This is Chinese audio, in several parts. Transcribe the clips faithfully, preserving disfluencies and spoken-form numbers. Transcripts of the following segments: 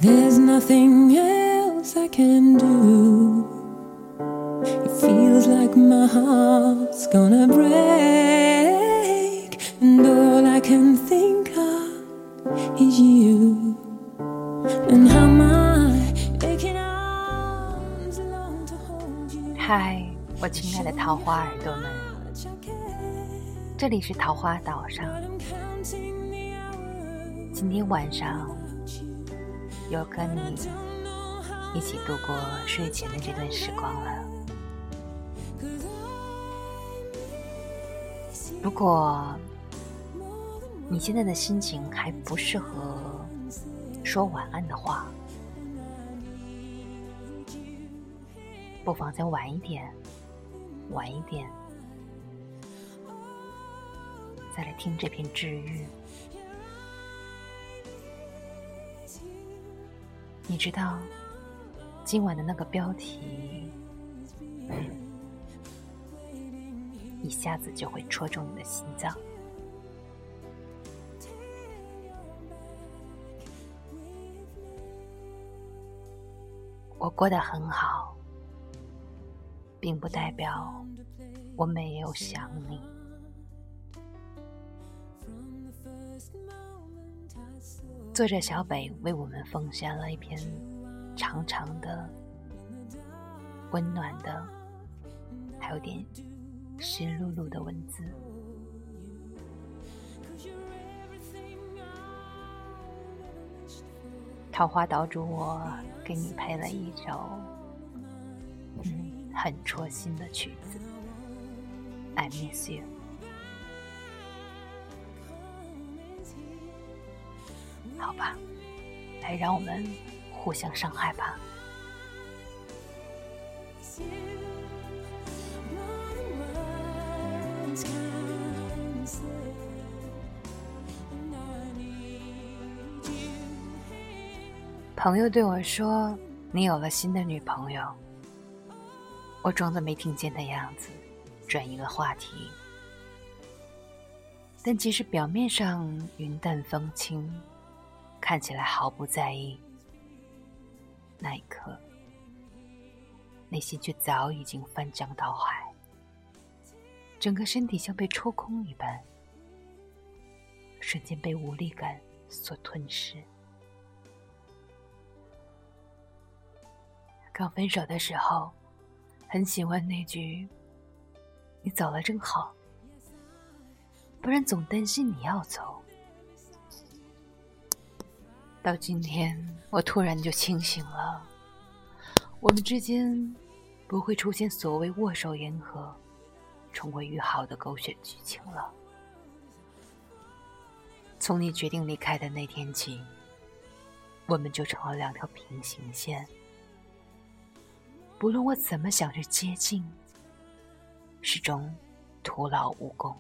There's nothing else I can do. It feels like my heart's gonna break, and all I can think of is you, and how my aching arms long to hold you. 嗨，我亲爱的桃花耳朵们，这里是桃花岛上。今天晚上又跟你一起度过睡前的这段时光了。如果你现在的心情还不适合说晚安的话，不妨再晚一点，晚一点，再来听这篇治愈。你知道今晚的那个标题，一下子就会戳中你的心脏。我过得很好，并不代表我没有想你。作者小北为我们奉献了一篇长长的、温暖的，还有点湿漉漉的文字。桃花岛主，我给你配了一首嗯很戳心的曲子 I miss you。 好吧，来让我们互相伤害吧。朋友对我说，你有了新的女朋友。我装作没听见的样子，转移了话题。但即使表面上云淡风轻，看起来毫不在意，那一刻内心却早已经翻江倒海，整个身体像被抽空一般，瞬间被无力感所吞噬。刚分手的时候很喜欢那句你走了真好，不然总担心你要走。到今天我突然就清醒了，我们之间不会出现所谓握手言和重归于好的狗血剧情了。从你决定离开的那天起，我们就成了两条平行线，不论我怎么想去接近，始终徒劳无功。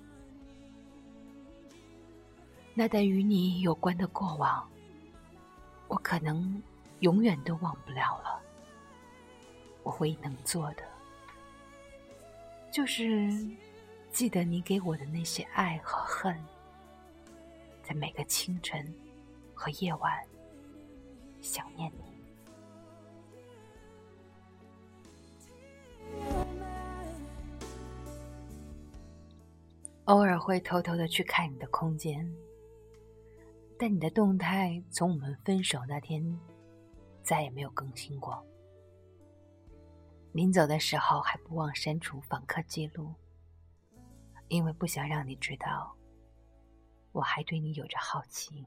那段与你有关的过往，我可能永远都忘不了了。我唯一能做的，就是记得你给我的那些爱和恨，在每个清晨和夜晚想念你。偶尔会偷偷的去看你的空间，但你的动态从我们分手那天再也没有更新过。临走的时候还不忘删除访客记录，因为不想让你知道我还对你有着好奇。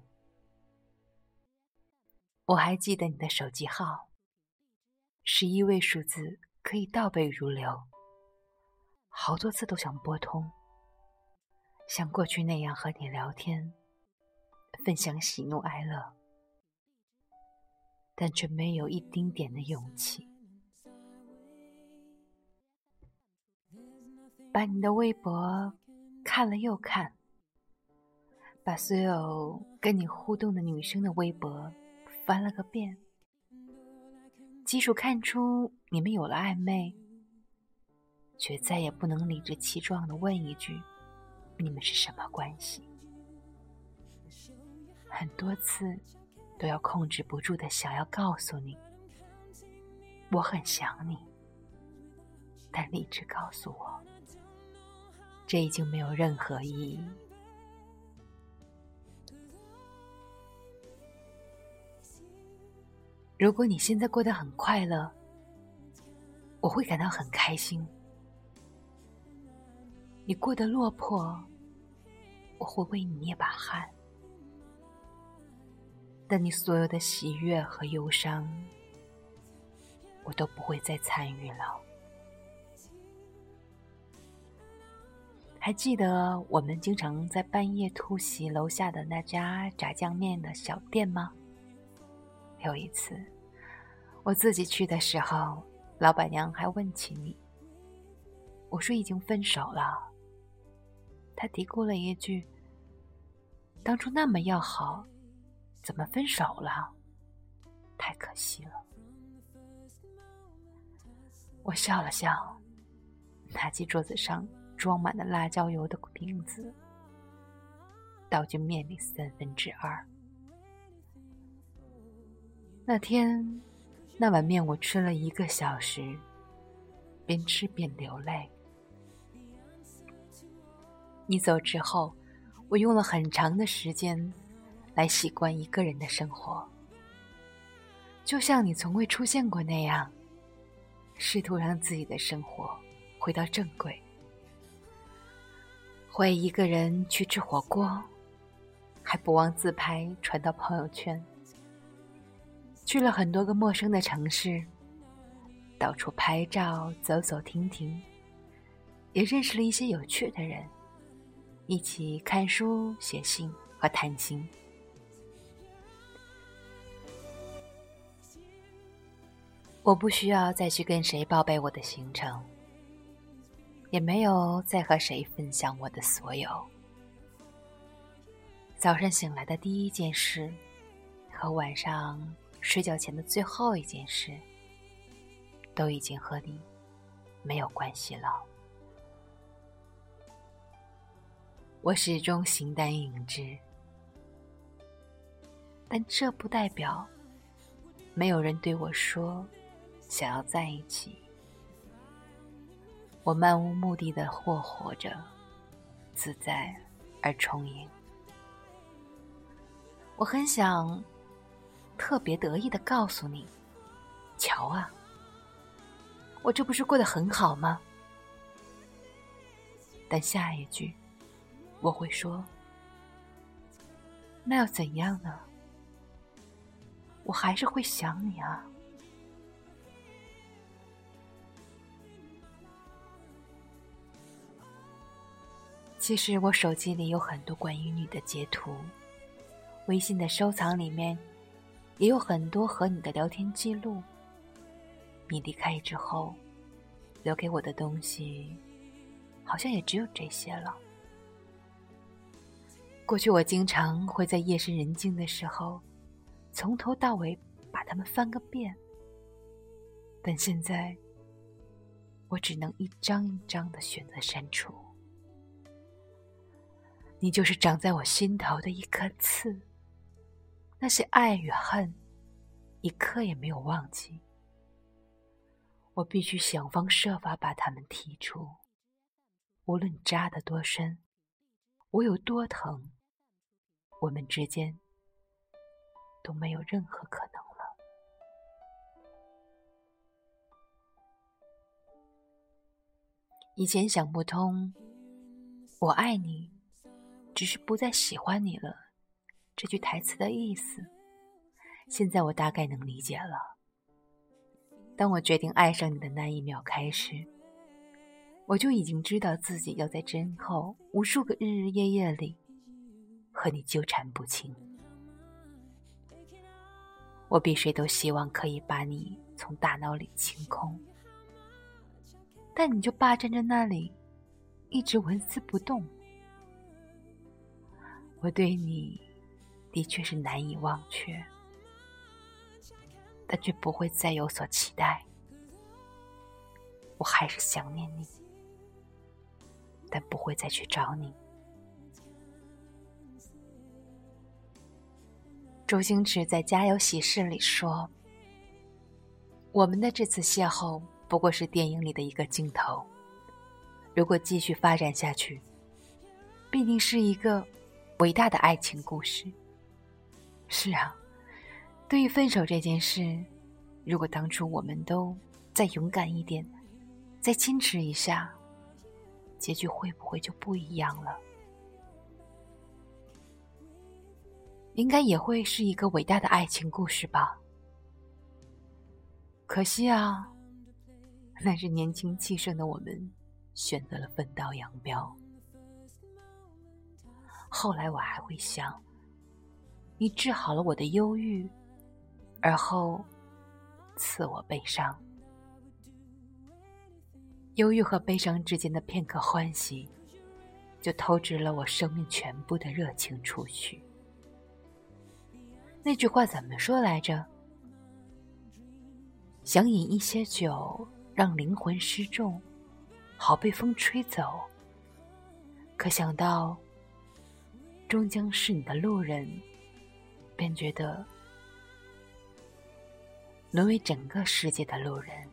我还记得你的手机号，十一位数字可以倒背如流，好多次都想拨通，像过去那样和你聊天，分享喜怒哀乐，但却没有一丁点的勇气。把你的微博看了又看，把所有跟你互动的女生的微博翻了个遍，基础看出你们有了暧昧，却再也不能理直气壮地问一句，你们是什么关系？很多次都要控制不住的想要告诉你，我很想你，但理智告诉我，这已经没有任何意义。如果你现在过得很快乐，我会感到很开心。你过得落魄，我会为你捏把汗。但你所有的喜悦和忧伤，我都不会再参与了。还记得我们经常在半夜突袭楼下的那家炸酱面的小店吗？有一次我自己去的时候，老板娘还问起你，我说已经分手了。她嘀咕了一句，当初那么要好，怎么分手了？太可惜了。我笑了笑，拿起桌子上装满了辣椒油的瓶子，倒进面里三分之二。那天那碗面我吃了一个小时，边吃边流泪。你走之后，我用了很长的时间来习惯一个人的生活，就像你从未出现过那样，试图让自己的生活回到正轨。会一个人去吃火锅，还不忘自拍传到朋友圈。去了很多个陌生的城市，到处拍照走走停停，也认识了一些有趣的人，一起看书写信和谈心。我不需要再去跟谁报备我的行程，也没有再和谁分享我的所有。早上醒来的第一件事和晚上睡觉前的最后一件事，都已经和你没有关系了。我始终形单影只，但这不代表没有人对我说想要在一起。我漫无目的地霍霍着，自在而充盈。我很想特别得意地告诉你，瞧啊，我这不是过得很好吗？但下一句我会说，那又怎样呢？我还是会想你啊。其实我手机里有很多关于你的截图，微信的收藏里面也有很多和你的聊天记录。你离开之后留给我的东西好像也只有这些了。过去我经常会在夜深人静的时候从头到尾把它们翻个遍，但现在我只能一张一张地选择删除。你就是长在我心头的一颗刺，那些爱与恨一刻也没有忘记。我必须想方设法把它们剔除，无论扎得多深，我有多疼，我们之间都没有任何可能了。以前想不通，我爱你只是不再喜欢你了这句台词的意思，现在我大概能理解了。当我决定爱上你的那一秒开始，我就已经知道自己要在今后无数个日日夜夜里和你纠缠不清。我比谁都希望可以把你从大脑里清空，但你就霸占着那里，一直纹丝不动。我对你的确是难以忘却，但却不会再有所期待。我还是想念你，但不会再去找你。 周星驰在《家有喜事》里说，我们的这次邂逅不过是电影里的一个镜头，如果继续发展下去，必定是一个伟大的爱情故事。是啊，对于分手这件事，如果当初我们都再勇敢一点，再坚持一下，结局会不会就不一样了？应该也会是一个伟大的爱情故事吧。可惜啊，那是年轻气盛的我们选择了分道扬镳。后来我还会想，你治好了我的忧郁，而后赐我悲伤。忧郁和悲伤之间的片刻欢喜，就透支了我生命全部的热情储蓄。那句话怎么说来着？想饮一些酒，让灵魂失重，好被风吹走。可想到终将是你的路人，便觉得沦为整个世界的路人。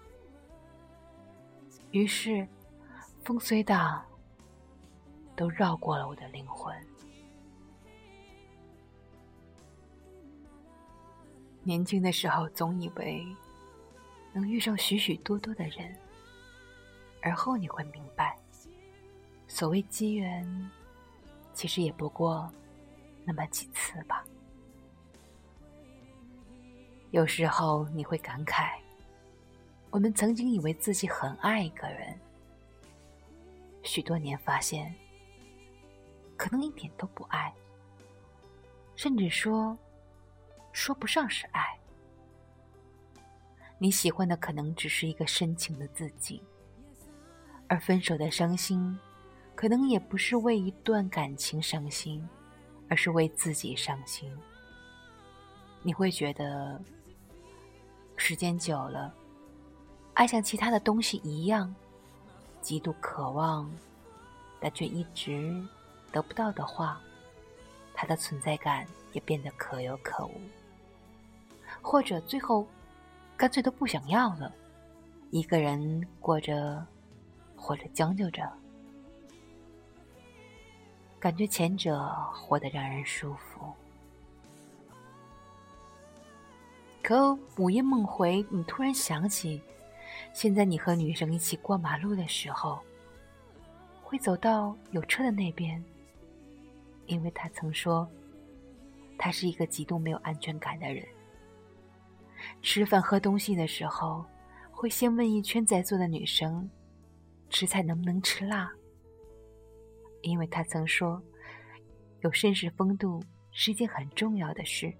于是风虽大，都绕过了我的灵魂。年轻的时候总以为能遇上许许多多的人，而后你会明白，所谓机缘其实也不过那么几次吧。有时候你会感慨，我们曾经以为自己很爱一个人，许多年发现可能一点都不爱，甚至说说不上是爱。你喜欢的可能只是一个深情的自己，而分手的伤心可能也不是为一段感情伤心，而是为自己伤心。你会觉得时间久了，爱像其他的东西一样，极度渴望但却一直得不到的话，它的存在感也变得可有可无。或者最后干脆都不想要了，一个人过着或者将就着，感觉前者活得让人舒服。可午夜梦回，你突然想起，现在你和女生一起过马路的时候，会走到有车的那边，因为他曾说他是一个极度没有安全感的人。吃饭喝东西的时候，会先问一圈在座的女生吃菜能不能吃辣，因为他曾说有绅士风度是一件很重要的事。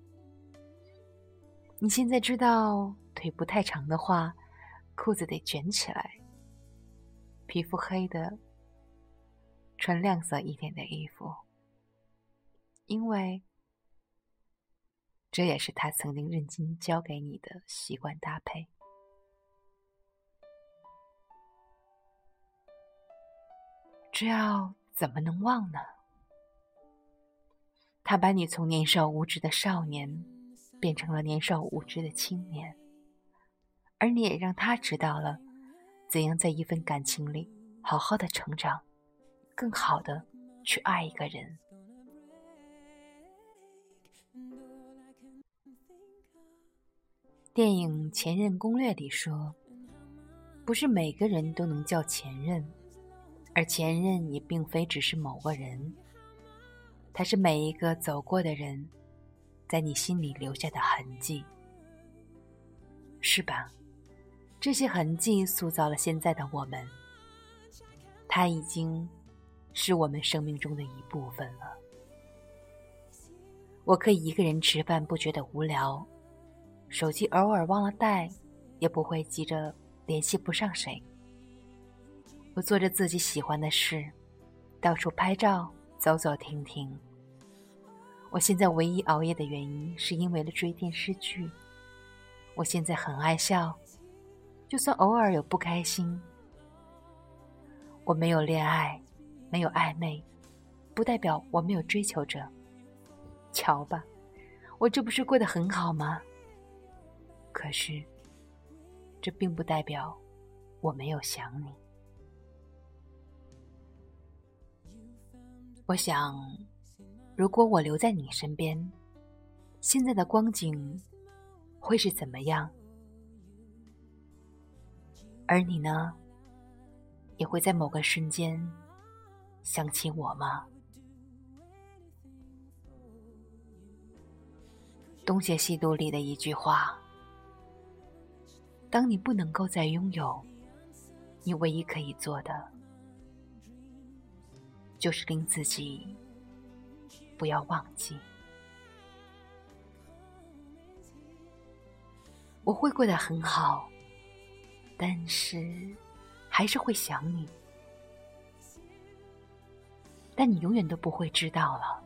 你现在知道腿不太长的话，裤子得卷起来，皮肤黑的穿亮色一点的衣服，因为这也是他曾经认真教给你的习惯搭配。这要怎么能忘呢？他把你从年少无知的少年变成了年少无知的青年，而你也让他知道了怎样在一份感情里好好的成长，更好的去爱一个人。电影《前任攻略》里说，不是每个人都能叫前任，而前任也并非只是某个人，他是每一个走过的人在你心里留下的痕迹，是吧？这些痕迹塑造了现在的我们，它已经是我们生命中的一部分了。我可以一个人吃饭不觉得无聊，手机偶尔忘了带，也不会急着联系不上谁。我做着自己喜欢的事，到处拍照，走走停停。我现在唯一熬夜的原因是因为了追电视剧。我现在很爱笑，就算偶尔有不开心。我没有恋爱，没有暧昧，不代表我没有追求者。瞧吧， 我这不是过得很好吗？可是，这并不代表我没有想你。我想，如果我留在你身边，现在的光景会是怎么样？而你呢，也会在某个瞬间想起我吗？东邪西毒里的一句话，当你不能够再拥有，你唯一可以做的就是令自己不要忘记。我会过得很好，但是还是会想你，但你永远都不会知道了，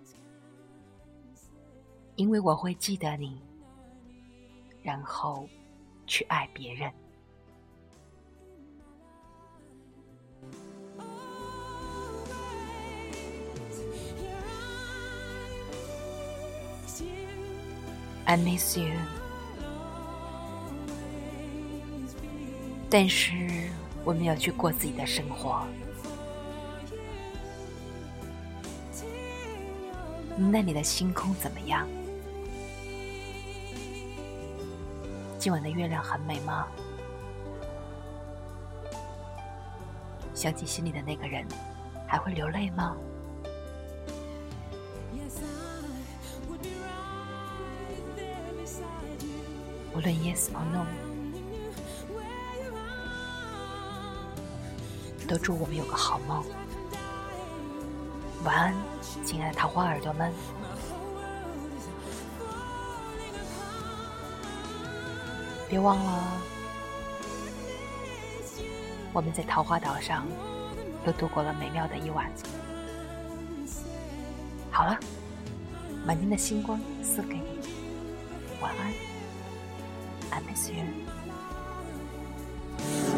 因为我会记得你，然后去爱别人。I miss you， 但是我们要去过自己的生活。那你的星空怎么样？今晚的月亮很美吗？想起心里的那个人，还会流泪吗？无论 yes or no， 都祝我们有个好梦。晚安，亲爱的桃花耳朵们。别忘了，我们在桃花岛上又度过了美妙的一晚。好了，满天的星光赐给你，晚安。I miss you。